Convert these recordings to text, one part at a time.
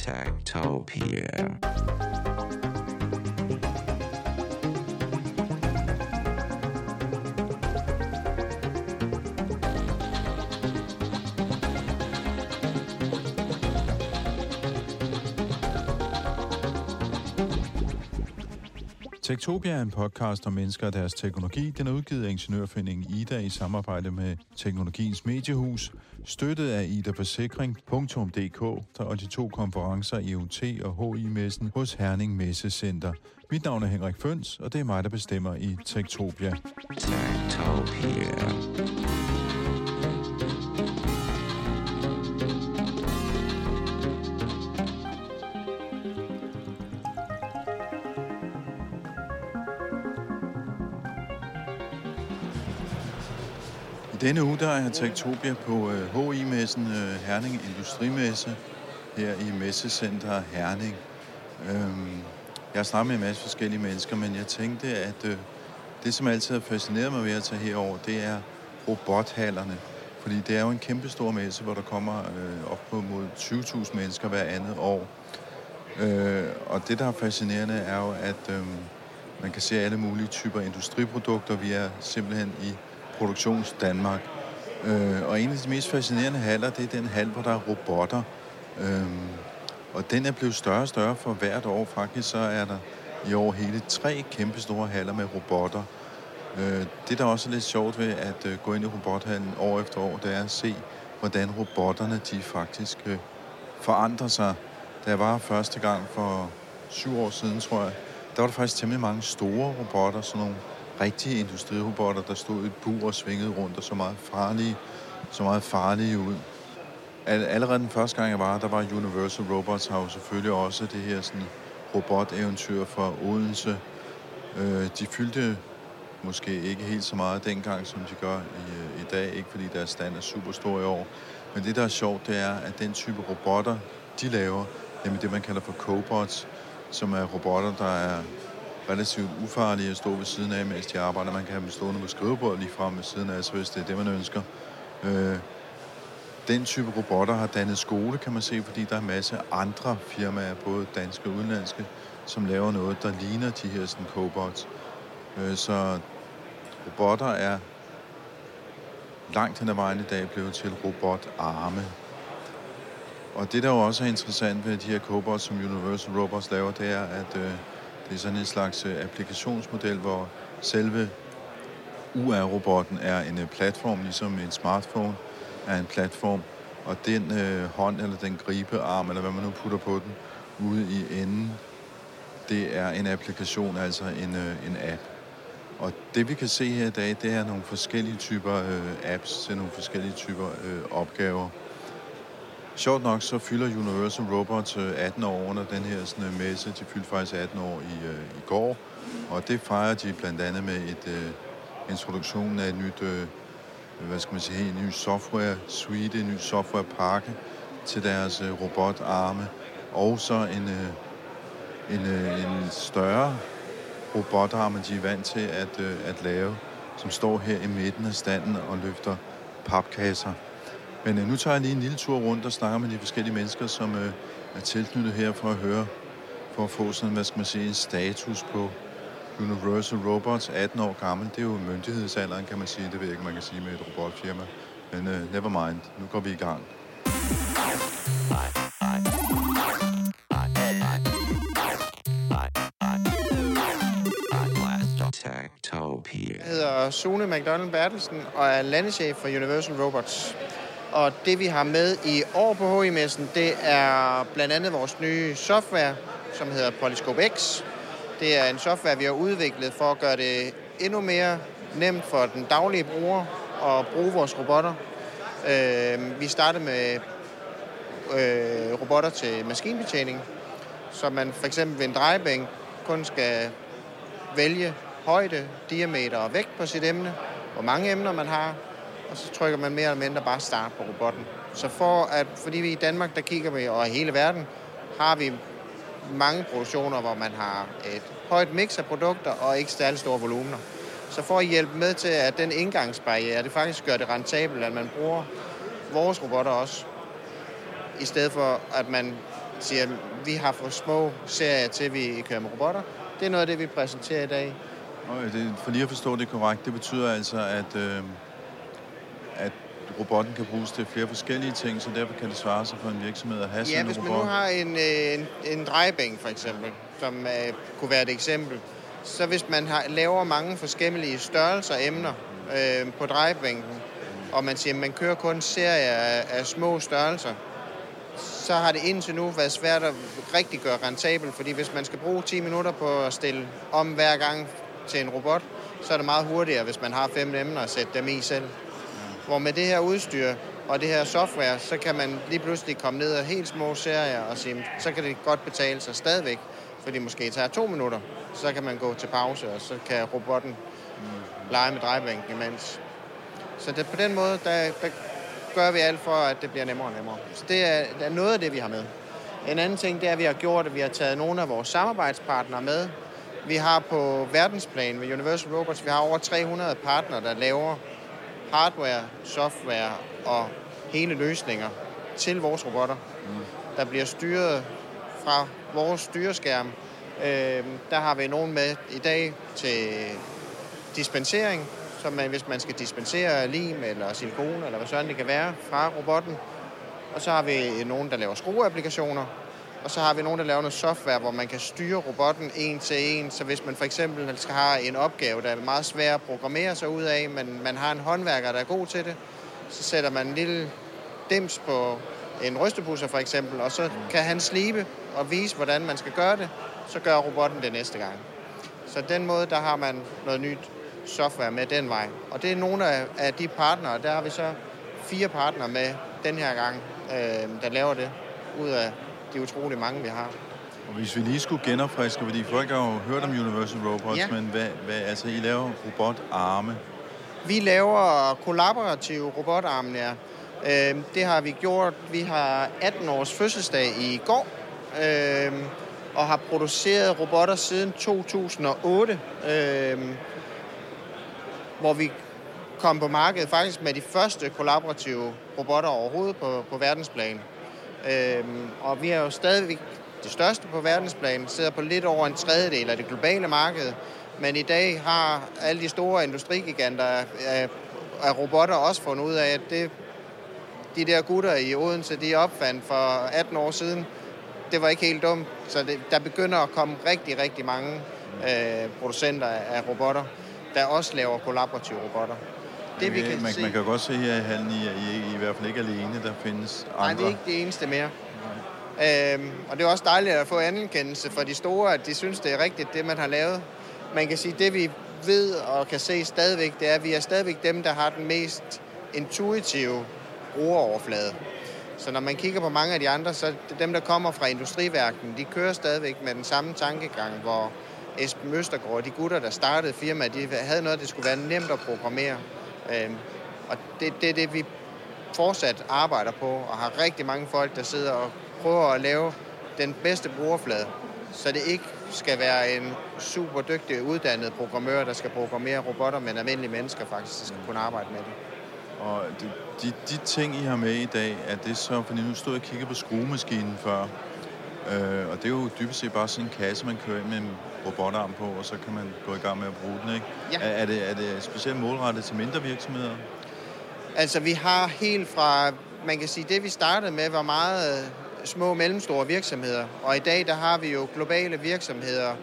Techtopia. Techtopia er en podcast om mennesker og deres teknologi. Den er udgivet af Ingeniørforeningen Ida i samarbejde med Teknologiens Mediehus, støttet af idaforsikring.dk og de 2 konferencer IoT og HI-messen hos Herning Messecenter. Mit navn er Henrik Føns, og det er mig, der bestemmer i Techtopia. Techtopia. I denne uge der er jeg Techtopia på HI-messen, Herning Industrimesse, her i Messecenter Herning. Jeg har snakket med en masse forskellige mennesker, men jeg tænkte, at det, som altid har fascineret mig ved at tage herover, det er robothallerne. Fordi det er jo en kæmpe stor messe, hvor der kommer op på mod 20.000 mennesker hver andet år. Og det, der er fascinerende, er jo, at man kan se alle mulige typer industriprodukter. Vi er simpelthen i Produktions Danmark. Og en af de mest fascinerende haller, det er den hal, hvor der er robotter. Og den er blevet større og større for hvert år. Faktisk så er der i år hele 3 kæmpe store haller med robotter. Det, der også er lidt sjovt ved at gå ind i robothallen år efter år, det er at se, hvordan robotterne de faktisk forandrer sig. Da jeg var første gang for 7 år siden, tror jeg, der var der faktisk temmelig mange store robotter, sådan nogle rigtige industrirobotter, der stod i et bur og svingede rundt og så meget farlige ud. Allerede den første gang jeg var, der var Universal Robots har jo selvfølgelig også det her sådan roboteventyr fra Odense. De fyldte måske ikke helt så meget dengang, som de gør i dag, ikke fordi deres stand er super stor i år. Men det, der er sjovt, det er, at den type robotter, de laver, nemlig det, man kalder for cobots, som er robotter, der er relativt ufarlige at stå ved siden af, mens de arbejder. Man kan have dem stående på skrivebordet lige frem ved siden af, så hvis det er det, man ønsker. Den type robotter har dannet skole, kan man se, fordi der er en masse andre firmaer, både danske og udenlandske, som laver noget, der ligner de her sådan cobots. Så robotter er langt hen ad vejen i dag blevet til robotarme. Og det, der jo også er interessant ved de her cobots, som Universal Robots laver, det er, at det er sådan en slags applikationsmodel, hvor selve UR-robotten er en platform, ligesom en smartphone er en platform, og den hånd eller den gribearm, eller hvad man nu putter på den, ude i enden, det er en applikation, altså en app. Og det vi kan se her i dag, det er nogle forskellige typer apps til nogle forskellige typer opgaver. Sjovt nok, så fylder Universal Robots 18 år under den her sådan, messe. De fyldte faktisk 18 år i går, og det fejrer de blandt andet med introduktionen af et nyt, en ny software suite, en ny software pakke til deres robotarme, og så en større robotarme, de er vant til at lave, som står her i midten af standen og løfter papkasser. Men nu tager jeg lige en lille tur rundt og snakker med de forskellige mennesker, som er tilknyttet her for at få sådan, en status på Universal Robots, 18 år gammel. Det er jo myndighedsalderen, kan man sige. Det ved jeg ikke, man kan sige med et robotfirma. Men never mind. Nu går vi i gang. Jeg hedder Sune McDonald Bertelsen og er landeschef for Universal Robots. Og det vi har med i år på HI-messen, det er blandt andet vores nye software, som hedder Polyscope X. Det er en software, vi har udviklet for at gøre det endnu mere nemt for den daglige bruger at bruge vores robotter. Vi startede med robotter til maskinbetjening, så man for eksempel ved en drejebænk kun skal vælge højde, diameter og vægt på sit emne, hvor mange emner man har, og så trykker man mere eller mindre bare start på robotten. Så fordi vi i Danmark, der kigger vi, og i hele verden, har vi mange produktioner, hvor man har et højt mix af produkter og ikke særlig store volumener. Så for at hjælpe med til, at den indgangsbarriere, det faktisk gør det rentabelt, at man bruger vores robotter også, i stedet for at man siger, at vi har for små serier til, at vi kører med robotter. Det er noget af det, vi præsenterer i dag. For lige at forstå det korrekt, det betyder altså, at robotten kan bruges til flere forskellige ting, så derfor kan det svare sig for en virksomhed at have sådan en robot. Ja, hvis man nu har en drejebænk for eksempel, som kunne være et eksempel, så hvis man laver mange forskellige størrelser og emner på drejebænken, og man siger, at man kører kun en serie af små størrelser, så har det indtil nu været svært at rigtig gøre rentabelt, fordi hvis man skal bruge 10 minutter på at stille om hver gang til en robot, så er det meget hurtigere, hvis man har 5 emner at sætte dem i selv. Hvor med det her udstyr og det her software, så kan man lige pludselig komme ned af helt små serier og sige, så kan det godt betale sig stadigvæk, fordi måske tager 2 minutter, så kan man gå til pause, og så kan robotten lege med drejebænken imens. Så på den måde, der gør vi alt for, at det bliver nemmere og nemmere. Så det er noget af det, vi har med. En anden ting, det er, at vi har gjort, at vi har taget nogle af vores samarbejdspartnere med. Vi har på verdensplan med Universal Robots, vi har over 300 partnere, der laver hardware, software og hele løsninger til vores robotter, der bliver styret fra vores styreskærm. Der har vi nogen med i dag til dispensering, så hvis man skal dispensere lim eller silikone, eller hvad sådan det kan være, fra robotten. Og så har vi nogen, der laver skrueapplikationer, og så har vi nogen, der laver noget software, hvor man kan styre robotten en til en. Så hvis man for eksempel skal have en opgave, der er meget svær at programmere sig ud af, men man har en håndværker, der er god til det, så sætter man en lille dims på en rystepusser for eksempel, og så kan han slibe og vise, hvordan man skal gøre det, så gør robotten det næste gang. Så den måde, der har man noget nyt software med den vej. Og det er nogle af de partnere, der har vi så 4 partnere med den her gang, der laver det, ud af de utrolig mange, vi har. Og hvis vi lige skulle genopfriske, fordi folk har jo hørt om Universal Robots, ja. Men altså I laver robotarme? Vi laver kollaborative robotarme, ja. Det har vi gjort. Vi har 18 års fødselsdag i går, og har produceret robotter siden 2008, hvor vi kom på markedet faktisk med de første kollaborative robotter overhovedet på verdensplan. Og vi er jo stadigvæk det største på verdensplan, sidder på lidt over en tredjedel af det globale marked, men i dag har alle de store industrigiganter af robotter også fundet ud af, at de der gutter i Odense, de opfandt for 18 år siden, det var ikke helt dumt. Så der begynder at komme rigtig, rigtig mange producenter af robotter, der også laver kollaborative robotter. Man kan godt se her i hallen, I hvert fald ikke alene, der findes andre. Nej, det er ikke det eneste mere. Og det er også dejligt at få anerkendelse for de store, at de synes, det er rigtigt, det man har lavet. Man kan sige, det vi ved og kan se stadigvæk, det er, at vi er stadigvæk dem, der har den mest intuitive brugeroverflade. Så når man kigger på mange af de andre, så dem, der kommer fra industriværken, de kører stadigvæk med den samme tankegang, hvor Esben Østergaard, de gutter, der startede firmaet, de havde noget, det skulle være nemt at programmere. Og det er det, vi fortsat arbejder på, og har rigtig mange folk, der sidder og prøver at lave den bedste brugerflade, så det ikke skal være en super dygtig uddannet programmør, der skal programmere robotter, men almindelige mennesker faktisk skal kunne arbejde med det. Og de ting, I har med i dag, er det så, fordi nu stod jeg og kiggede på skruemaskinen før, og det er jo dybest set bare sådan en kasse, man kører ind med en robotarm på, og så kan man gå i gang med at bruge den, ikke? Ja. Er det specielt målrettet til mindre virksomheder? Altså, vi har helt fra, man kan sige, det vi startede med, var meget små og mellemstore virksomheder, og i dag, der har vi jo globale virksomheder,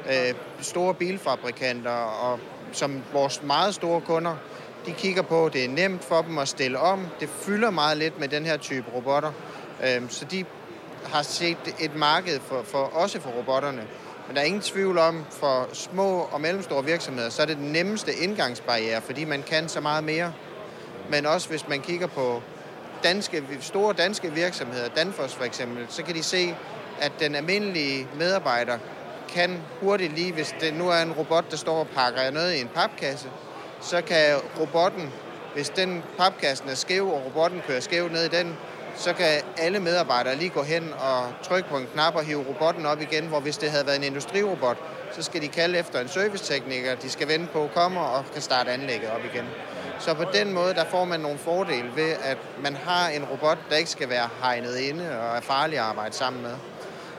store bilfabrikanter, og som vores meget store kunder, de kigger på, det er nemt for dem at stille om, det fylder meget lidt med den her type robotter, så de har set et marked også for robotterne. Men der er ingen tvivl om, for små og mellemstore virksomheder, så er det den nemmeste indgangsbarriere, fordi man kan så meget mere. Men også hvis man kigger på store danske virksomheder, Danfoss for eksempel, så kan de se, at den almindelige medarbejder kan hurtigt lige, hvis det nu er en robot, der står og pakker noget i en papkasse, så kan robotten, hvis den papkassen er skæv, og robotten kører skævt ned i den, så kan alle medarbejdere lige gå hen og trykke på en knap og hive robotten op igen, hvor hvis det havde været en industrirobot, så skal de kalde efter en servicetekniker, de skal vente på at komme og kan starte anlægget op igen. Så på den måde, der får man nogle fordele ved, at man har en robot, der ikke skal være hegnet inde og er farlig at arbejde sammen med.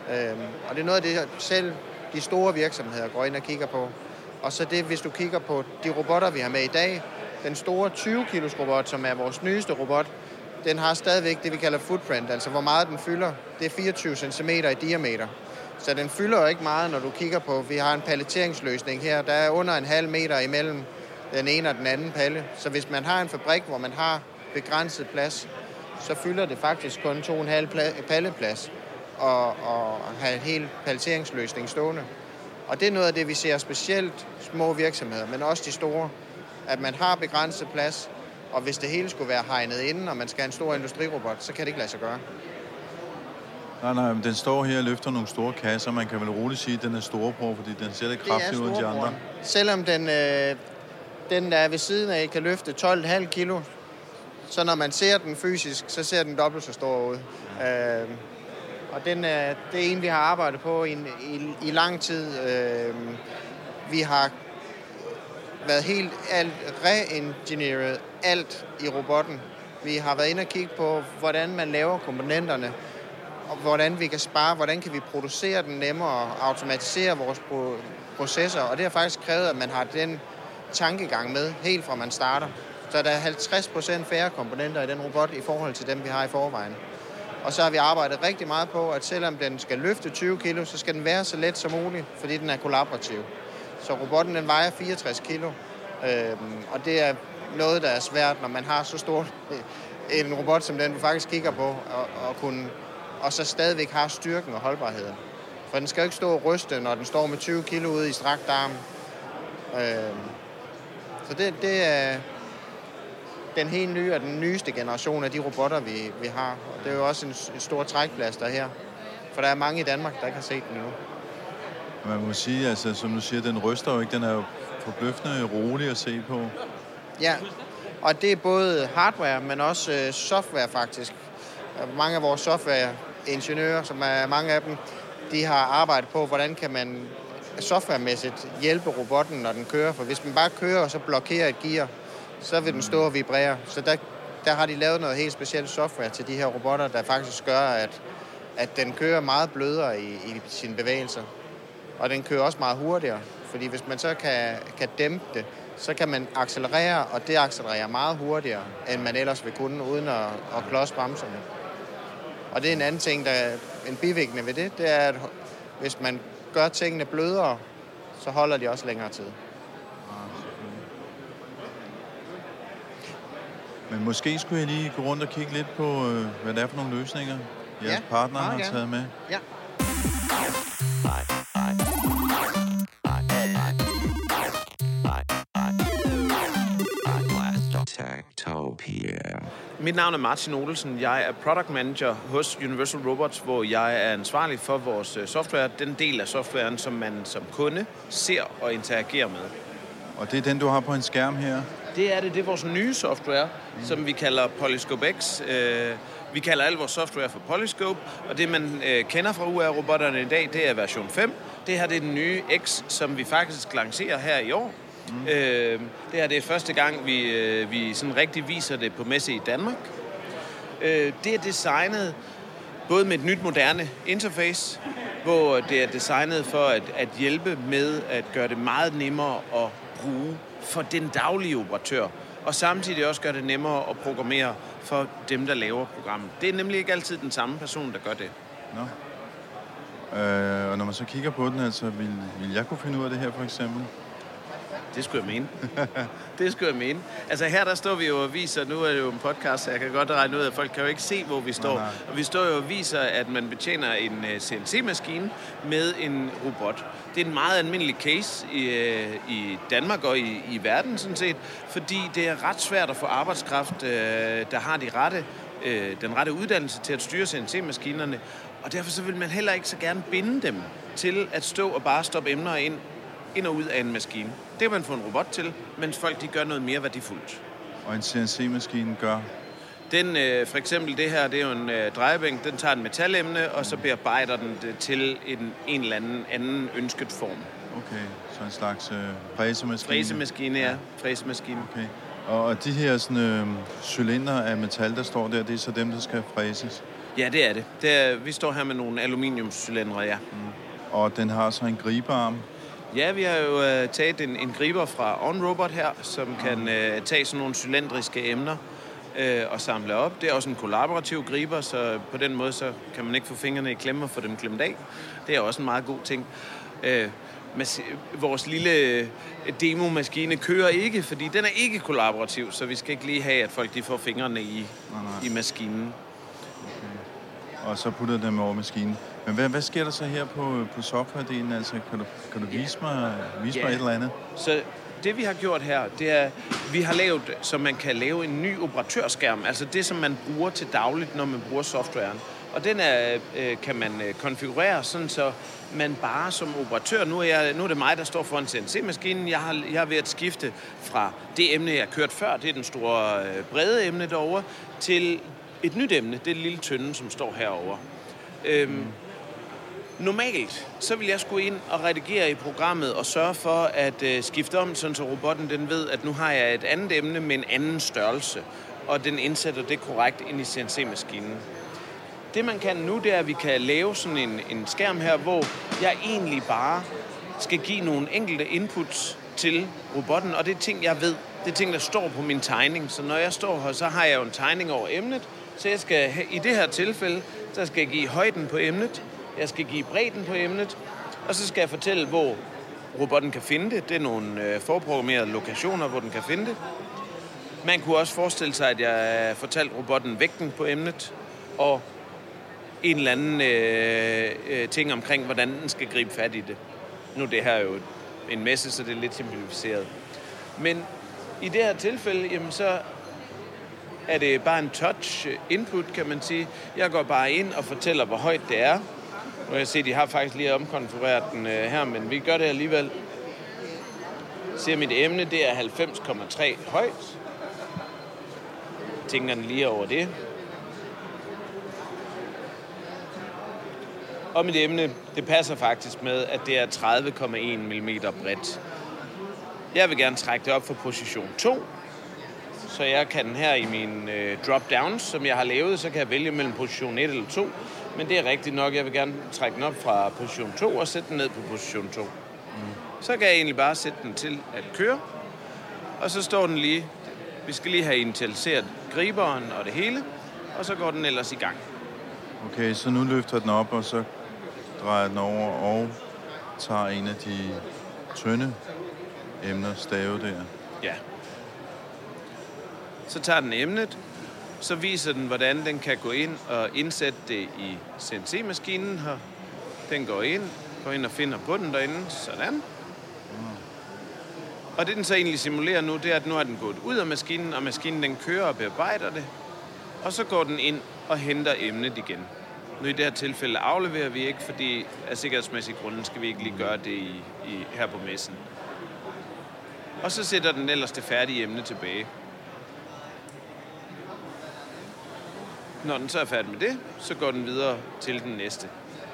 Og det er noget af det, selv de store virksomheder går ind og kigger på. Og så det, hvis du kigger på de robotter, vi har med i dag, den store 20-kilos robot, som er vores nyeste robot, den har stadigvæk det, vi kalder footprint, altså hvor meget den fylder. Det er 24 cm i diameter. Så den fylder jo ikke meget, når du kigger på, vi har en paletteringsløsning her, der er under en halv meter imellem den ene og den anden palle. Så hvis man har en fabrik, hvor man har begrænset plads, så fylder det faktisk kun 2,5 palleplads og have en hel paletteringsløsning stående. Og det er noget af det, vi ser specielt små virksomheder, men også de store, at man har begrænset plads, og hvis det hele skulle være hegnet inden, og man skal have en stor industrirobot, så kan det ikke lade sig gøre. Nej, men den står her og løfter nogle store kasser. Man kan vel roligt sige, at den er storebror, fordi den ser lidt kraftigt ud end de andre. Selvom den der er ved siden af kan løfte 12,5 kilo, så når man ser den fysisk, så ser den dobbelt så stor ud. Og det er en, vi har arbejdet på i lang tid. Vi har været helt reengineeret alt i robotten. Vi har været inde og kigge på, hvordan man laver komponenterne, og hvordan vi kan spare, hvordan kan vi producere den nemmere og automatisere vores processer. Og det har faktisk krævet, at man har den tankegang med, helt fra man starter. Så der er 50% færre komponenter i den robot i forhold til dem, vi har i forvejen. Og så har vi arbejdet rigtig meget på, at selvom den skal løfte 20 kilo, så skal den være så let som muligt, fordi den er kollaborativ. Så robotten den vejer 64 kilo, og det er noget, der er svært, når man har så stor en robot, som den du faktisk kigger på, og så stadigvæk har styrken og holdbarheden. For den skal jo ikke stå og ryste, når den står med 20 kilo ude i strakt arm. Så det er den helt nye og den nyeste generation af de robotter, vi har. Og det er jo også en stor trækplaster her. For der er mange i Danmark, der ikke har set den endnu. Man må sige, altså, som du siger, den ryster jo ikke. Den er jo forbløffende rolig at se på. Ja, og det er både hardware, men også software faktisk. Mange af vores softwareingeniører, som er mange af dem, de har arbejdet på, hvordan kan man softwaremæssigt hjælpe robotten, når den kører. For hvis man bare kører og så blokerer et gear, så vil den stå og vibrere. Så der har de lavet noget helt specielt software til de her robotter, der faktisk gør, at den kører meget blødere i sine bevægelser. Og den kører også meget hurtigere, fordi hvis man så kan dæmpe det, så kan man accelerere og deaccelerere meget hurtigere, end man ellers vil kunne, uden at klodse bremserne. Og det er en anden ting, en bivirkning ved det er, at hvis man gør tingene blødere, så holder de også længere tid. Men måske skulle jeg lige gå rundt og kigge lidt på, hvad det er for nogle løsninger, jeres partner har taget med. Ja. Techtopia. Mit navn er Martin Olesen. Jeg er product manager hos Universal Robots, hvor jeg er ansvarlig for vores software, den del af softwaren, som man som kunde ser og interagerer med. Og det er den, du har på en skærm her? Det er vores nye software, som vi kalder Polyscope X. Vi kalder al vores software for Polyscope, og det man kender fra UR-robotterne i dag, det er version 5. Det her det er den nye X, som vi faktisk lancerer her i år. Det her det er første gang, vi sådan rigtig viser det på messe i Danmark. Det er designet både med et nyt moderne interface, hvor det er designet for at hjælpe med at gøre det meget nemmere at bruge for den daglige operatør, og samtidig også gøre det nemmere at programmere for dem, der laver programmet. Det er nemlig ikke altid den samme person, der gør det. Nå. Og når man så kigger på den, altså, vil jeg kunne finde ud af det her for eksempel? Det skulle jeg mene. Det skulle jeg mene. Altså her der står vi jo og viser, nu er det jo en podcast, så jeg kan godt regne ud, at folk kan jo ikke se, hvor vi står. Nej. Og vi står jo og viser, at man betjener en CNC-maskine med en robot. Det er en meget almindelig case i Danmark og i verden sådan set, fordi det er ret svært at få arbejdskraft, der har den rette uddannelse til at styre CNC-maskinerne. Og derfor så vil man heller ikke så gerne binde dem til at stå og bare stoppe emner ind og ud af en maskine. Det kan man få en robot til, mens folk de gør noget mere værdifuldt. Og en CNC-maskine gør? Den, for eksempel det her, det er jo en drejebænk, den tager et metalemne, og så bearbejder den det til en eller anden ønsket form. Okay, så en slags fræsemaskine? Fræsemaskine, ja. Fræsemaskine. Okay. Og de her sådan, cylinder af metal, der står der, det er så dem, der skal fræses? Ja, det er det. Vi står her med nogle aluminiumscylindre, ja. Og den har så en gribearm. Ja, vi har jo taget en griber fra OnRobot her, som kan tage sådan nogle cylindriske emner og samle op. Det er også en kollaborativ griber, så på den måde så kan man ikke få fingrene i klemme og få dem klemt af. Det er også en meget god ting. Vores lille demomaskine kører ikke, fordi den er ikke kollaborativ, så vi skal ikke lige have, at folk de får fingrene i maskinen. Okay. Og så putter dem over maskinen. Men hvad sker der så her på software-delen? Altså, kan du vise mig et eller andet? Så det vi har gjort her, det er, vi har lavet, så man kan lave en ny operatørskærm. Altså det, som man bruger til dagligt, når man bruger softwaren. Og den kan man konfigurere sådan, så man bare som operatør, nu er det mig, der står foran CNC-maskinen, jeg har ved at skifte fra det emne, jeg kørte før, det er den store brede emne derovre, til et nyt emne, det er det lille tynde, som står herovre. Normalt, så vil jeg skulle ind og redigere i programmet og sørge for at skifte om, sådan så robotten den ved, at nu har jeg et andet emne med en anden størrelse, og den indsætter det korrekt ind i CNC-maskinen. Det man kan nu, det er, at vi kan lave sådan en skærm her, hvor jeg egentlig bare skal give nogle enkelte inputs til robotten, og det er ting, jeg ved. Det er ting, der står på min tegning. Så når jeg står her, så har jeg jo en tegning over emnet, så jeg skal i det her tilfælde, så skal jeg give højden på emnet, jeg skal give bredden på emnet, og så skal jeg fortælle, hvor robotten kan finde det. Det er nogle forprogrammerede lokationer, hvor den kan finde det. Man kunne også forestille sig, at jeg fortalte robotten vægten på emnet, og en eller anden ting omkring, hvordan den skal gribe fat i det. Nu det her er jo en messe, så det er lidt simplificeret. Men i det her tilfælde, jamen så er det bare en touch input, kan man sige. Jeg går bare ind og fortæller, hvor højt det er. Nu kan jeg se, at de har faktisk lige omkonfigureret den her, men vi gør det alligevel. Jeg ser, mit emne, det er 90,3 højt. Jeg tænker den lige over det. Og mit emne, det passer faktisk med, at det er 30,1 mm bredt. Jeg vil gerne trække det op fra position 2, så jeg kan her i min drop-downs, som jeg har lavet, så kan jeg vælge mellem position 1 eller 2. Men det er rigtigt nok, jeg vil gerne trække den op fra position 2 og sætte den ned på position 2. Så kan jeg egentlig bare sætte den til at køre, og så står den lige. Vi skal lige have initialiseret griberen og det hele, og så går den ellers i gang. Okay, så nu løfter den op, og så drejer den over og tager en af de tynde emner, stave der. Ja. Så tager den emnet, så viser den, hvordan den kan gå ind og indsætte det i CNC-maskinen her. Den går ind og finder på den derinde, sådan. Og det den så egentlig simulerer nu, det er, at nu er den gået ud af maskinen, og maskinen den kører og bearbejder det. Og så går den ind og henter emnet igen. Nu i det her tilfælde afleverer vi ikke, fordi af sikkerhedsmæssige grunde skal vi ikke lige gøre det her på messen. Og så sætter den ellers det færdige emne tilbage. Når den så er færdig med det, så går den videre til den næste.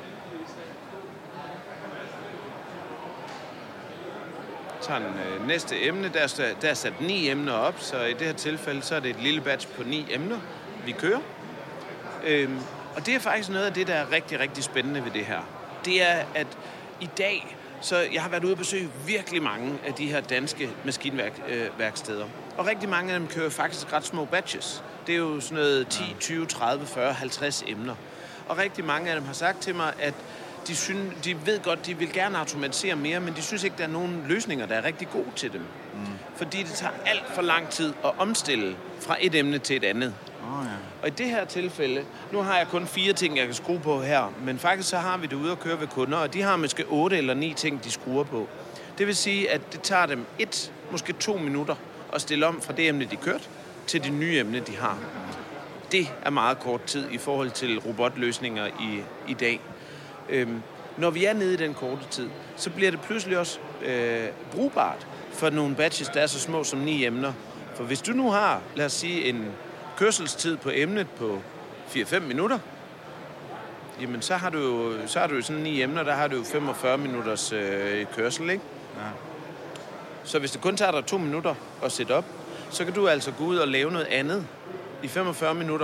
Så den næste emne, der er sat 9 emner op, så i det her tilfælde, så er det et lille batch på 9 emner, vi kører. Og det er faktisk noget af det, der er rigtig, rigtig spændende ved det her. Det er, at i dag, så jeg har været ude og besøge virkelig mange af de her danske maskinværksteder. Og rigtig mange af dem kører faktisk ret små batches. Det er jo sådan noget 10, 20, 30, 40, 50 emner. Og rigtig mange af dem har sagt til mig, at de ved godt, de vil gerne automatisere mere, men de synes ikke, der er nogen løsninger, der er rigtig gode til dem. Fordi det tager alt for lang tid at omstille fra et emne til et andet. Og i det her tilfælde, nu har jeg kun 4 ting, jeg kan skrue på her, men faktisk så har vi det ude at køre ved kunder, og de har måske 8 eller 9 ting, de skruer på. Det vil sige, at det tager dem 1, måske 2 minutter at stille om fra det emne, de kørte, til det nye emne, de har. Det er meget kort tid i forhold til robotløsninger i dag. Når vi er nede i den korte tid, så bliver det pludselig også brugbart for nogle batches, der er så små som 9 emner. For hvis du nu har, lad os sige, en kørselstid på emnet på 4-5 minutter, jamen så har du jo sådan 9 emner, der har du jo 45 minutters kørsel, ikke? Ja. Så hvis det kun tager dig 2 minutter at sætte op, så kan du altså gå ud og lave noget andet i 45 minutter,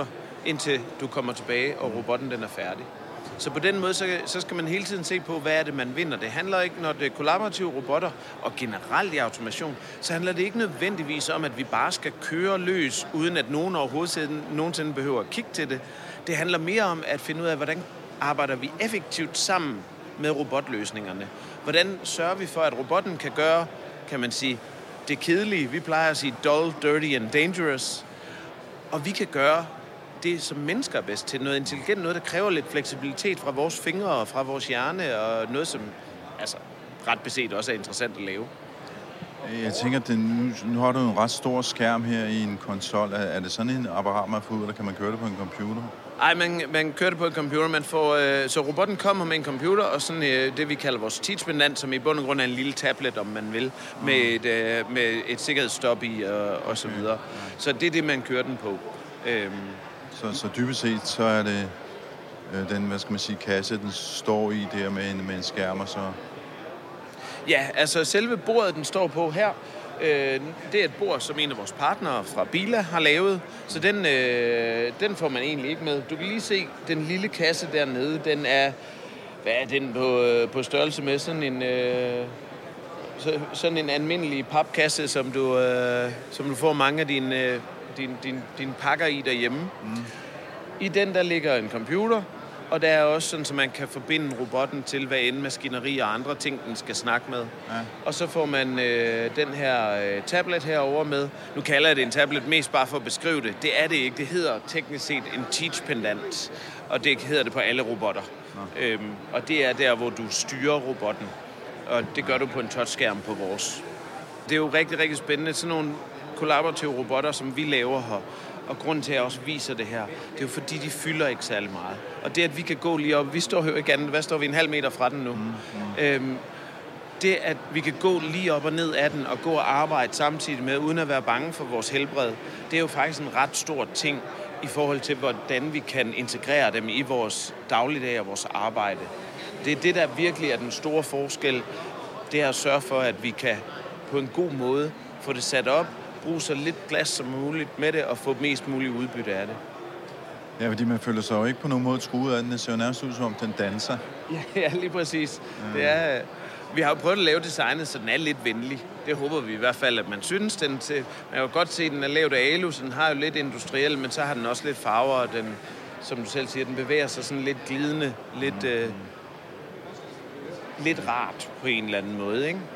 indtil du kommer tilbage, og robotten den er færdig. Så på den måde, så skal man hele tiden se på, hvad er det, man vinder. Det handler ikke, når det er kollaborative robotter og generelt i automation, så handler det ikke nødvendigvis om, at vi bare skal køre løs, uden at nogen overhovedet nogensinde behøver at kigge til det. Det handler mere om at finde ud af, hvordan arbejder vi effektivt sammen med robotløsningerne. Hvordan sørger vi for, at robotten kan gøre, kan man sige, det kedelige. Vi plejer at sige dull, dirty and dangerous. Og vi kan gøre det, som mennesker er bedst til. Noget intelligent, noget, der kræver lidt fleksibilitet fra vores fingre og fra vores hjerne, og noget, som altså, ret beset også er interessant at lave. Jeg tænker, at nu har du en ret stor skærm her i en konsol. Er det sådan en apparat, man får ud, eller kan man køre det på en computer? Nej, man kører det på en computer. Man får, så robotten kommer med en computer, og sådan det, vi kalder vores teachpendant, som i bund og grund er en lille tablet, om man vil, med et sikkerhedsstop i og så videre. Så det er det, man kører den på. Så dybest set, så er det den, hvad skal man sige, kasse, den står i der med en skærm, og så... Ja, altså selve bordet, den står på her, det er et bord, som en af vores partnere fra Bila har lavet, så den får man egentlig ikke med. Du kan lige se, den lille kasse dernede, den er, hvad er den på størrelse med? Sådan en almindelig papkasse, som du får mange af dine pakker i derhjemme. I den, der ligger en computer, og der er også sådan, så man kan forbinde robotten til, hvad end maskineri og andre ting, den skal snakke med. Ja. Og så får man den her tablet herover med. Nu kalder jeg det en tablet mest bare for at beskrive det. Det er det ikke. Det hedder teknisk set en teach pendant, og det hedder det på alle robotter. Ja. Og det er der, hvor du styrer robotten, og det gør du på en touchskærm på vores. Det er jo rigtig, rigtig spændende. Sådan nogle kollaborative robotter, som vi laver her. Og grunden til, at jeg også viser det her, det er jo fordi, de fylder ikke særlig meget. Og det, at vi kan gå lige op, vi står jo ikke andet, hvad står vi, 1,5 meter fra den nu? Det, at vi kan gå lige op og ned af den, og gå og arbejde samtidig med, uden at være bange for vores helbred, det er jo faktisk en ret stor ting i forhold til, hvordan vi kan integrere dem i vores dagligdag og vores arbejde. Det er det, der virkelig er den store forskel. Det er at sørge for, at vi kan på en god måde få det sat op, bruge så lidt plads som muligt med det, og få mest muligt udbytte af det. Ja, fordi man føler sig jo ikke på nogen måde truet af den. Det ser jo nærmest ud som om, den danser. Ja, lige præcis. Det er, vi har jo prøvet at lave designet, så den er lidt venlig. Det håber vi i hvert fald, at man synes. Man kan jo godt se, at den er lavet af alu, så den har jo lidt industriel, men så har den også lidt farver, og den, som du selv siger, den bevæger sig sådan lidt glidende, lidt rart på en eller anden måde, ikke?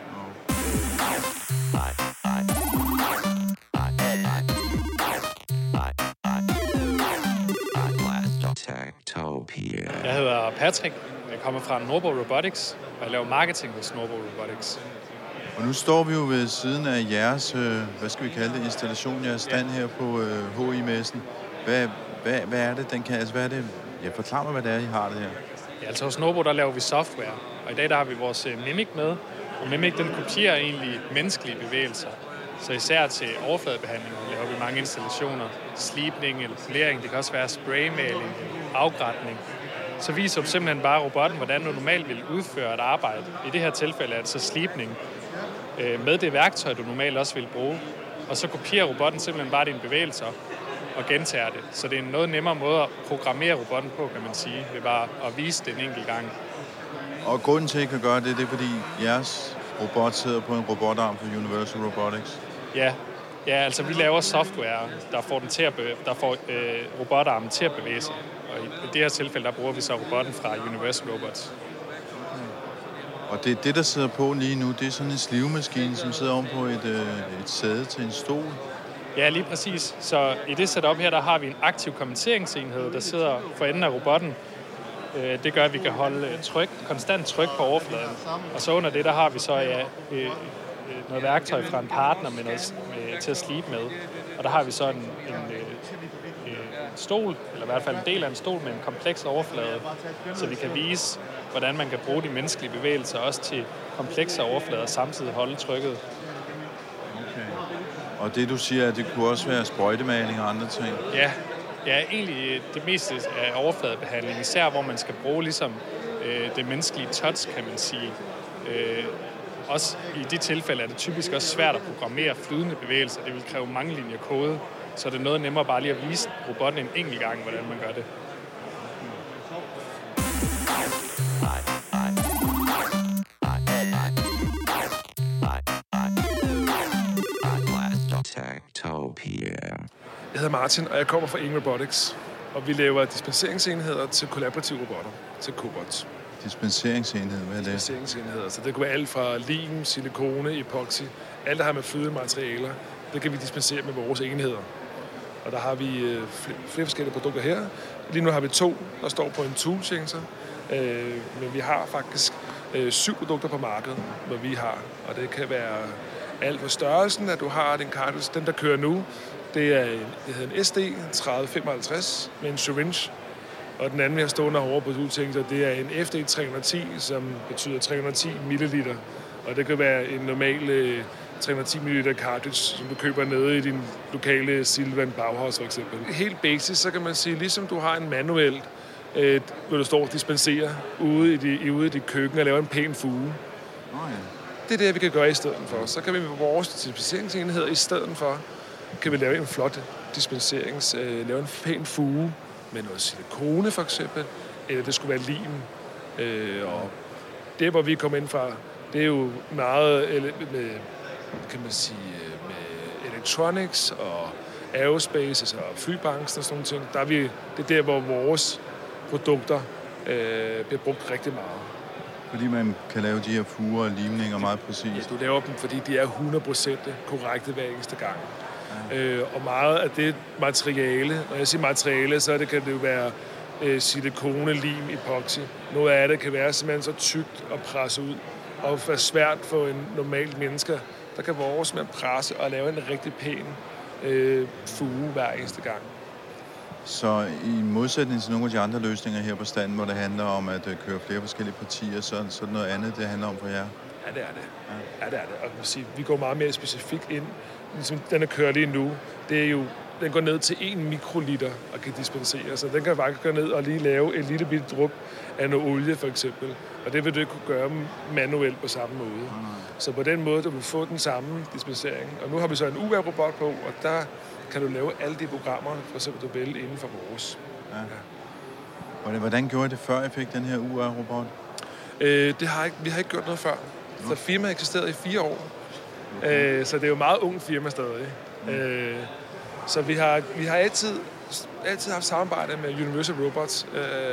Jeg hedder Patrick. Jeg kommer fra Norbo Robotics, og jeg laver marketing hos Norbo Robotics. Og nu står vi jo ved siden af jeres, hvad skal vi kalde det, installation, jeres stand her på HI-messen. Hvad er det, den kan, altså hvad er det? Ja, forklar mig, hvad det er, I har det her. Ja, altså hos Norbo, der laver vi software, og i dag der har vi vores Mimic med. Og Mimic, den kopierer egentlig menneskelige bevægelser. Så især til overfladebehandling laver vi mange installationer. Slibning eller polering, det kan også være spraymaling, afgrætning. Så viser du simpelthen bare robotten, hvordan du normalt vil udføre et arbejde. I det her tilfælde er det så slibning med det værktøj, du normalt også vil bruge. Og så kopierer robotten simpelthen bare dine bevægelser og gentager det. Så det er en noget nemmere måde at programmere robotten på, kan man sige, ved bare at vise det en enkelt gang. Og grunden til, at I kan gøre det, det er fordi jeres robot sidder på en robotarm fra Universal Robotics? Ja, altså vi laver software, der får robotarmen til at bevæge sig. Og i det her tilfælde, der bruger vi så robotten fra Universal Robots. Og det, der sidder på lige nu, det er sådan en slivemaskine, som sidder oven på et sæde til en stol? Ja, lige præcis. Så i det setup her, der har vi en aktiv kommenteringsenhed, der sidder for enden af robotten. Det gør, at vi kan holde konstant tryk på overfladen. Og så under det, der har vi så noget værktøj fra en partner til at slibe med. Og der har vi så en stol, eller i hvert fald en del af en stol med en kompleks overflade, så vi kan vise, hvordan man kan bruge de menneskelige bevægelser også til komplekse overflader, samtidig holde trykket. Okay. Og det du siger, at det kunne også være sprøjtemaling og andre ting? Ja, egentlig det meste af overfladebehandling, især hvor man skal bruge ligesom det menneskelige touch, kan man sige. Også i de tilfælde er det typisk også svært at programmere flydende bevægelser. Det vil kræve mange linjer kode. så er det noget nemmere bare lige at vise robotten en enkelt gang, hvordan man gør det. Techtopia. Jeg hedder Martin, og jeg kommer fra Ing Robotics. Og vi laver dispenseringsenheder til kollaborative robotter, til cobots. Dispenseringsenhed, hvad er det? Dispenseringsenheder. Så det kunne være alt fra lim, silikone, epoxy. Alt, der har med flydende materialer, det kan vi dispensere med vores enheder. Og der har vi flere forskellige produkter her. Lige nu har vi 2, der står på en tool changer. Men vi har faktisk 7 produkter på markedet, hvor vi har. Og det kan være alt for størrelsen, at du har den cartridge. Den, der kører nu, det hedder en SD 3055 med en syringe. Og den anden, vi har stående herovre på toolchanger, det er en FD 310, som betyder 310 ml. Og det kan være en normal 310 ml cartridge, som du køber nede i din lokale Silvan Bauhaus for eksempel. Helt basic, så kan man sige, ligesom du har en manuel, hvor du står og dispenserer ude i dit køkken og laver en pæn fuge. Det er det, vi kan gøre i stedet for. Så kan vi med vores dispenseringsenheder i stedet for, kan vi lave en flot lave en pæn fuge med noget silikone for eksempel, eller det skulle være lim. Og det, hvor vi kommer ind fra, det er jo meget med, kan man sige, med electronics og aerospace, altså flybranchen og sådan nogle ting. Det er der, hvor vores produkter bliver brugt rigtig meget. Fordi man kan lave de her fuger og limninger meget præcist. Ja, du laver dem, fordi de er 100% korrekte hver eneste gang. Ja. Og meget af det materiale, når jeg siger materiale, så kan det jo være silikone, lim, epoxy. Noget af det kan være simpelthen så tykt og presse ud, og være svært for en normal menneske. Der kan vores simpelthen presse og lave en rigtig pæn fuge hver eneste gang. Så i modsætning til nogle af de andre løsninger her på standen, hvor det handler om at køre flere forskellige partier, så er det noget andet, det handler om for jer? Ja, det er det. Ja, det er det. Og vi går meget mere specifikt ind. Ligesom den, der kører lige nu, det er jo, den går ned til 1 mikroliter og kan dispensere. Så den kan faktisk gå ned og lige lave en lille bitte dryp af noget olie, for eksempel. Og det vil du ikke kunne gøre manuelt på samme måde. Så på den måde, du vil få den samme dispensering. Og nu har vi så en UR-robot på, og der kan du lave alle de programmer, for eksempel du vil, inden for vores. Ja. Hvordan gjorde I det, før I fik den her UR-robot? Vi har ikke gjort noget før. Så firmaet har eksisteret i 4 år. Så det er jo et meget ungt firma stadig. Så vi har altid haft samarbejde med Universal Robots,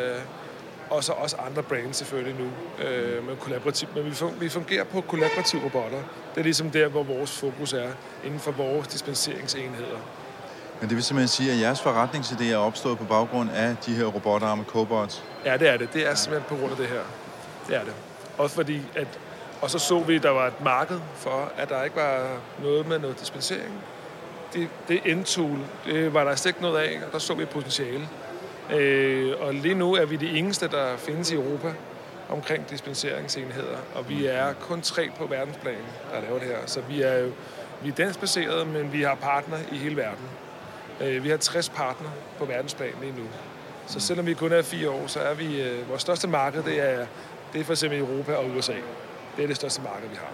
og så også andre brands selvfølgelig nu, med kollaborativt. Men vi fungerer på kollaborative robotter. Det er ligesom der, hvor vores fokus er, inden for vores dispenseringsenheder. Men det vil simpelthen sige, at jeres forretningsidé er opstået på baggrund af de her robotter med cobots? Ja, det er det. Det er simpelthen på grund af det her. Det er det. Også fordi, og så vi, at der var et marked for, at der ikke var noget med noget dispensering. Det endtool, det var der slet ikke noget af, og der så vi et potentiale. Og lige nu er vi de eneste, der findes i Europa omkring dispenseringsenheder, og vi er kun 3 på verdensplan, der laver det her. Så vi er danskbaserede, men vi har partnere i hele verden. Vi har 60 partnere på verdensplan lige nu. Så selvom vi kun er 4 år, så er vi vores største marked, det er for eksempel Europa og USA. Det er det største marked, vi har.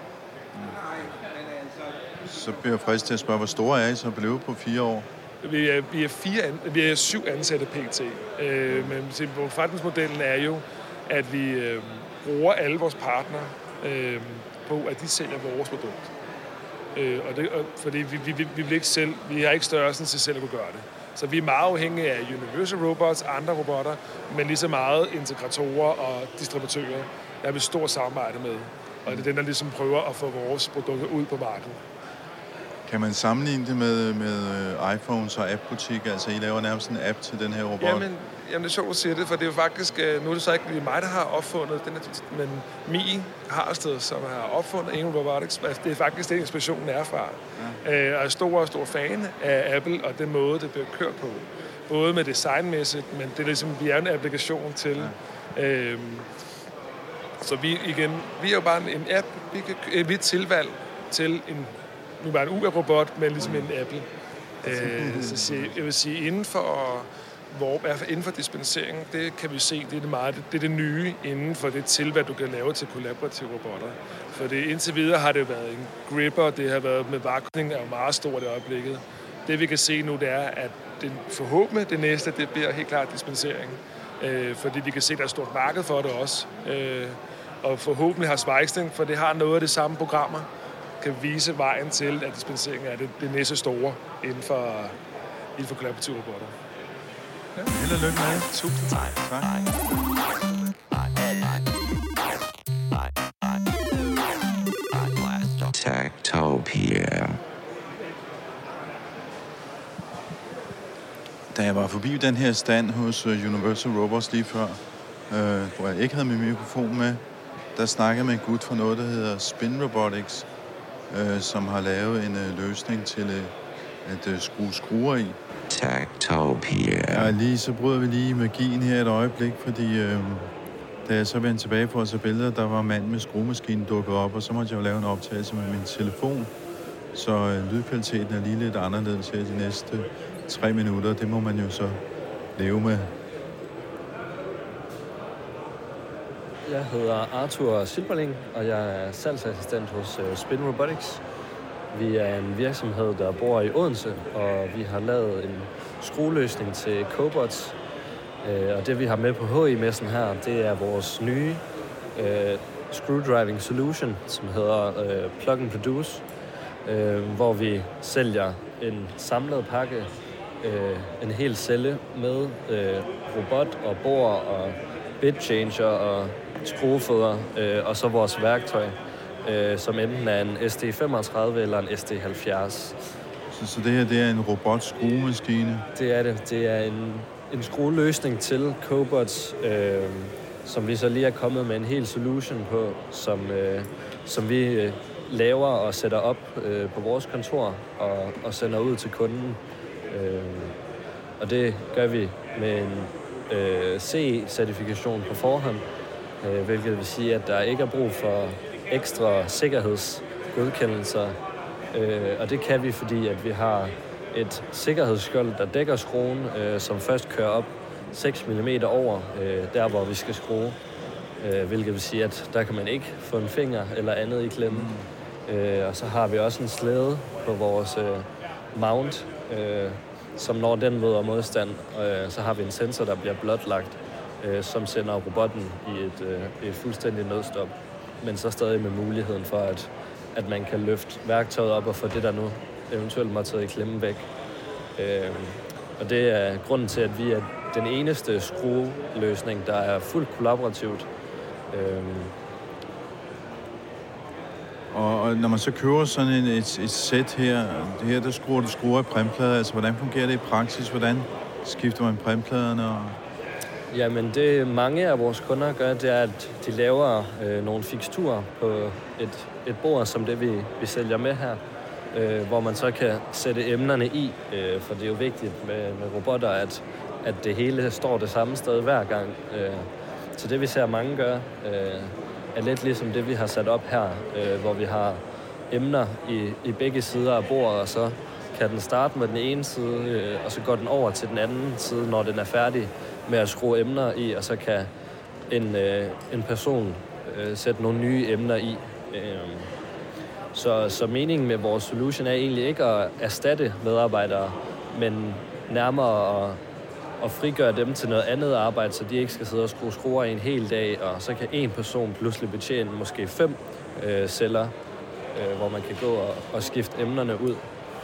Så bliver jeg frisk til at spørge, hvor store er I så blevet på 4 år? Vi er 7 ansatte pt. Men forretningsmodellen er jo, at vi bruger alle vores partnere på, at de sælger vores produkt. Fordi vi vil ikke selv, vi har ikke størrelsen til selv at kunne gøre det. Så vi er meget afhængige af Universal Robots, andre robotter, men lige så meget integratorer og distributører, der er vi stort samarbejde med. Og det er den, der ligesom prøver at få vores produkter ud på markedet. Kan man sammenligne det med iPhones og appbutikker? Altså, I laver nærmest en app til den her robot? Jamen det er sjovt at sige det, for det er jo faktisk, nu er det så ikke mig, der har opfundet den, men Mie Harlsted, som har opfundet Ing Robotics. Det er faktisk det, inspirationen er fra. Ja. Og jeg er stor fan af Apple og den måde, det bliver kørt på. Både med designmæssigt, men det er ligesom, vi er en applikation til. Ja. Så vi er jo bare en app, vi er tilvalg til en, nu bare en UR-robot, men ligesom en Apple. Så jeg vil sige, inden for dispensering, det kan vi se, det er det nye inden for det tilvalg, du kan lave til kollaborative robotter. For indtil videre har det været en gripper, det har været med vakuumning, er jo meget stort i øjeblikket. Det vi kan se nu, det er, at forhåbentlig det næste, det bliver helt klart dispensering. Fordi vi kan se, at der er et stort marked for det også. Og forhåbentlig har Svejsning, for det har noget af de samme programmer, kan vise vejen til, at dispenseringen er det næste store inden for kollaborative robotter. Ja. Held og lykke med det. Tusind tak. Techtopia. Da jeg var forbi den her stand hos Universal Robots lige før, hvor jeg ikke havde min mikrofon med, der snakkede med en gut fra noget, der hedder Spin Robotics, som har lavet en løsning til at skrue skruer i. Techtopia. Ja, så bryder vi lige magien her et øjeblik, fordi da jeg så vendte tilbage for at se billeder, der var manden med skruemaskinen dukket op, og så måtte jeg jo lave en optagelse med min telefon. Så lydkvaliteten er lige lidt anderledes her de næste 3 minutter. Det må man jo så leve med. Jeg hedder Arthur Silberling, og jeg er salgsassistent hos Spin Robotics. Vi er en virksomhed, der bor i Odense, og vi har lavet en skrueløsning til cobots. Og det, vi har med på HI-messen her, det er vores nye screwdriving solution, som hedder Plug and Produce, hvor vi sælger en samlet pakke, en hel celle med robot og bor og bit changer og skruefødder, og så vores værktøj, som enten er en SD35 eller en SD70. Så det her, det er en robot-skruemaskine? Det er det. Det er en skrueløsning til cobots, som vi så lige er kommet med en hel solution på, som vi laver og sætter op på vores kontor og sender ud til kunden. Og det gør vi med en CE-certifikation på forhånd, hvilket vil sige, at der ikke er brug for ekstra sikkerhedsgodkendelser. Og det kan vi, fordi at vi har et sikkerhedsskjold, der dækker skruen, som først kører op 6 mm over der, hvor vi skal skrue. Hvilket vil sige, at der kan man ikke få en finger eller andet i klemme. Og så har vi også en slæde på vores mount, som når den møder modstand, så har vi en sensor, der bliver blotlagt, som sender robotten i et fuldstændigt nødstop. Men så stadig med muligheden for, at man kan løfte værktøjet op og få det, der nu eventuelt må tage i klemme væk. Og det er grunden til, at vi er den eneste skrueløsning, der er fuldt kollaborativt. Og når man så køber sådan et sæt her, det her, der skruer i printplader, altså hvordan fungerer det i praksis? Hvordan skifter man printpladerne? Jamen det mange af vores kunder gør, det er, at de laver nogle fiksturer på et bord, som det vi sælger med her, hvor man så kan sætte emnerne i, for det er jo vigtigt med robotter, at det hele står det samme sted hver gang. Så det vi ser mange gøre, er lidt ligesom det vi har sat op her, hvor vi har emner i begge sider af bordet, og så kan den starte med den ene side, og så går den over til den anden side, når den er færdig med at skrue emner i, og så kan en person sætte nogle nye emner i. Så meningen med vores solution er egentlig ikke at erstatte medarbejdere, men nærmere at frigøre dem til noget andet arbejde, så de ikke skal sidde og skrue skruer i en hel dag, og så kan en person pludselig betjene måske 5 celler, hvor man kan gå og skifte emnerne ud.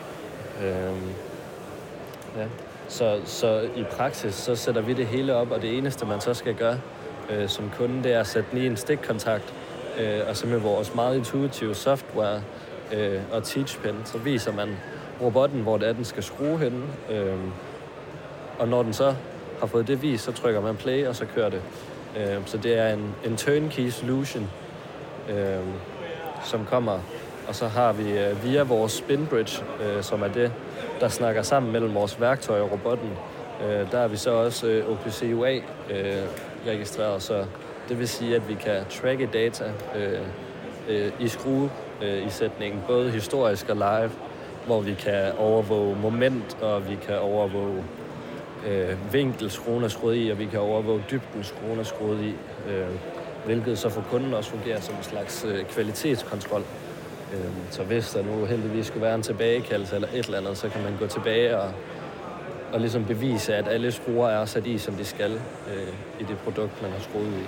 Ja. Så i praksis, så sætter vi det hele op, og det eneste, man så skal gøre som kunde, det er at sætte den i en stikkontakt, og så med vores meget intuitive software og teachpen, så viser man robotten, hvor det er, den skal skrue henne. Og når den så har fået det vist, så trykker man play, og så kører det. Så det er en turnkey solution, som kommer. Og så har vi via vores SpinBridge, som er det, der snakker sammen mellem vores værktøj og robotten, der er vi så også OPC UA registreret, så det vil sige, at vi kan tracke data i skrueisætningen, både historisk og live, hvor vi kan overvåge moment, og vi kan overvåge vinkel skruen er skruet i, og vi kan overvåge dybden skruen er skruet i, hvilket så for kunden også fungerer som en slags kvalitetskontrol. Så hvis der nu heldigvis skulle være en tilbagekaldelse eller et eller andet, så kan man gå tilbage og ligesom bevise, at alle skruer er sat i, som de skal i det produkt, man har skruet i.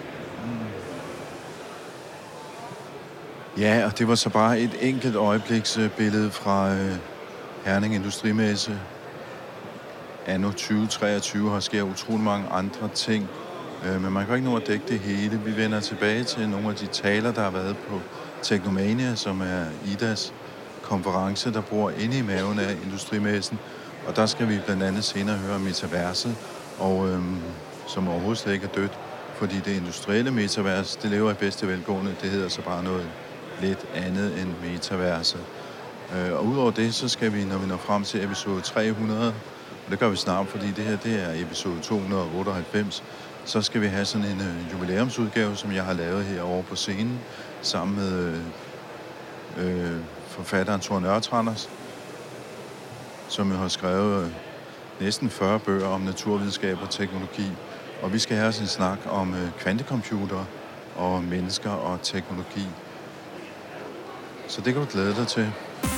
Ja, og det var så bare et enkelt øjebliksbillede fra Herning Industrimesse. Anno 2023 har sker utrolig mange andre ting, men man kan ikke nå at dække det hele. Vi vender tilbage til nogle af de taler, der har været på Technomania, som er IDAs konference, der bor inde i maven af Industrimessen. Og der skal vi blandt andet senere høre om metaverset, og som overhovedet slet ikke er dødt, fordi det industrielle metavers, det lever i bedste velgående. Det hedder så bare noget lidt andet end metaverset. Og udover det, så skal vi, når vi når frem til episode 300, og det gør vi snart, fordi det her, det er episode 298, så skal vi have sådan en jubilæumsudgave, som jeg har lavet herovre på scenen, sammen med forfatteren Thor Nørretranders, som har skrevet næsten 40 bøger om naturvidenskab og teknologi. Og vi skal have en snak om kvantecomputer og mennesker og teknologi. Så det kan du glæde dig til.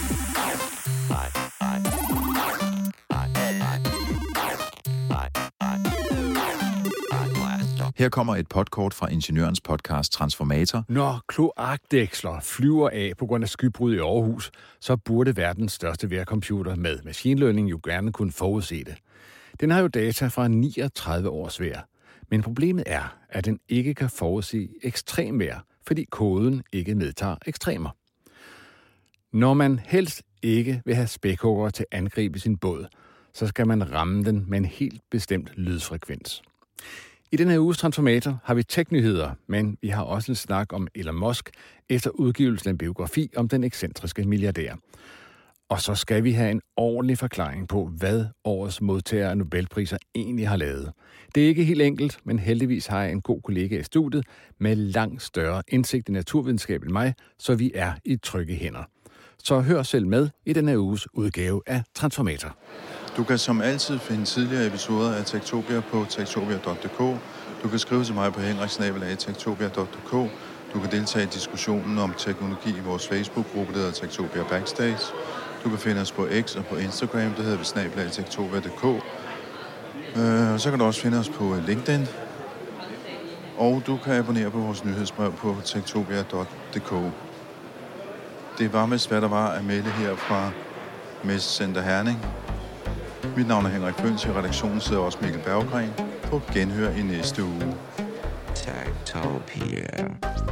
Her kommer et podkort fra Ingeniørens podcast Transformator. Når kloakdæksler flyver af på grund af skybrud i Aarhus, så burde verdens største vejrcomputer med machine learning jo gerne kunne forudse det. Den har jo data fra 39 års vejr. Men problemet er, at den ikke kan forudse ekstremvejr, fordi koden ikke medtager ekstremer. Når man helst ikke vil have spækhugger til at angribe sin båd, så skal man ramme den med en helt bestemt lydfrekvens. I denne uges Transformator har vi tech-nyheder, men vi har også en snak om Elon Musk efter udgivelsen af en biografi om den ekscentriske milliardær. Og så skal vi have en ordentlig forklaring på, hvad årets modtagere af Nobelpriser egentlig har lavet. Det er ikke helt enkelt, men heldigvis har jeg en god kollega i studiet med langt større indsigt i naturvidenskab end mig, så vi er i trygge hænder. Så hør selv med i denne uges udgave af Transformator. Du kan som altid finde tidligere episoder af Techtopia på techtopia.dk. Du kan skrive til mig på henrik@techtopia.dk. Du kan deltage i diskussionen om teknologi i vores Facebook-gruppe, der hedder Techtopia Backstage. Du kan finde os på X og på Instagram, der hedder vi @techtopia.dk. Så kan du også finde os på LinkedIn. Og du kan abonnere på vores nyhedsbrev på techtopia.dk. Det var mest, hvad der var at melde her fra Messecenter Herning. Mit navn er Henrik Føns, i redaktionen sidder også Mikkel Berggren. På genhør i næste uge. Techtopia.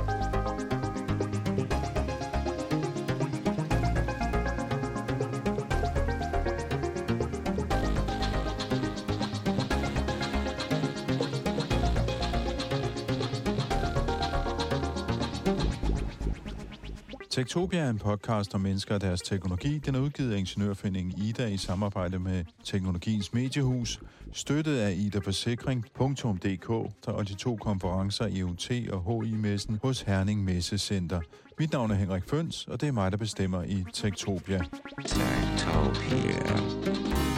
Techtopia er en podcast om mennesker og deres teknologi. Den er udgivet af Ingeniørforeningen IDA i samarbejde med Teknologiens Mediehus, støttet af idaforsikring.dk og de 2 konferencer IoT og HI-messen hos Herning Messecenter. Mit navn er Henrik Føns, og det er mig, der bestemmer i Techtopia. Techtopia.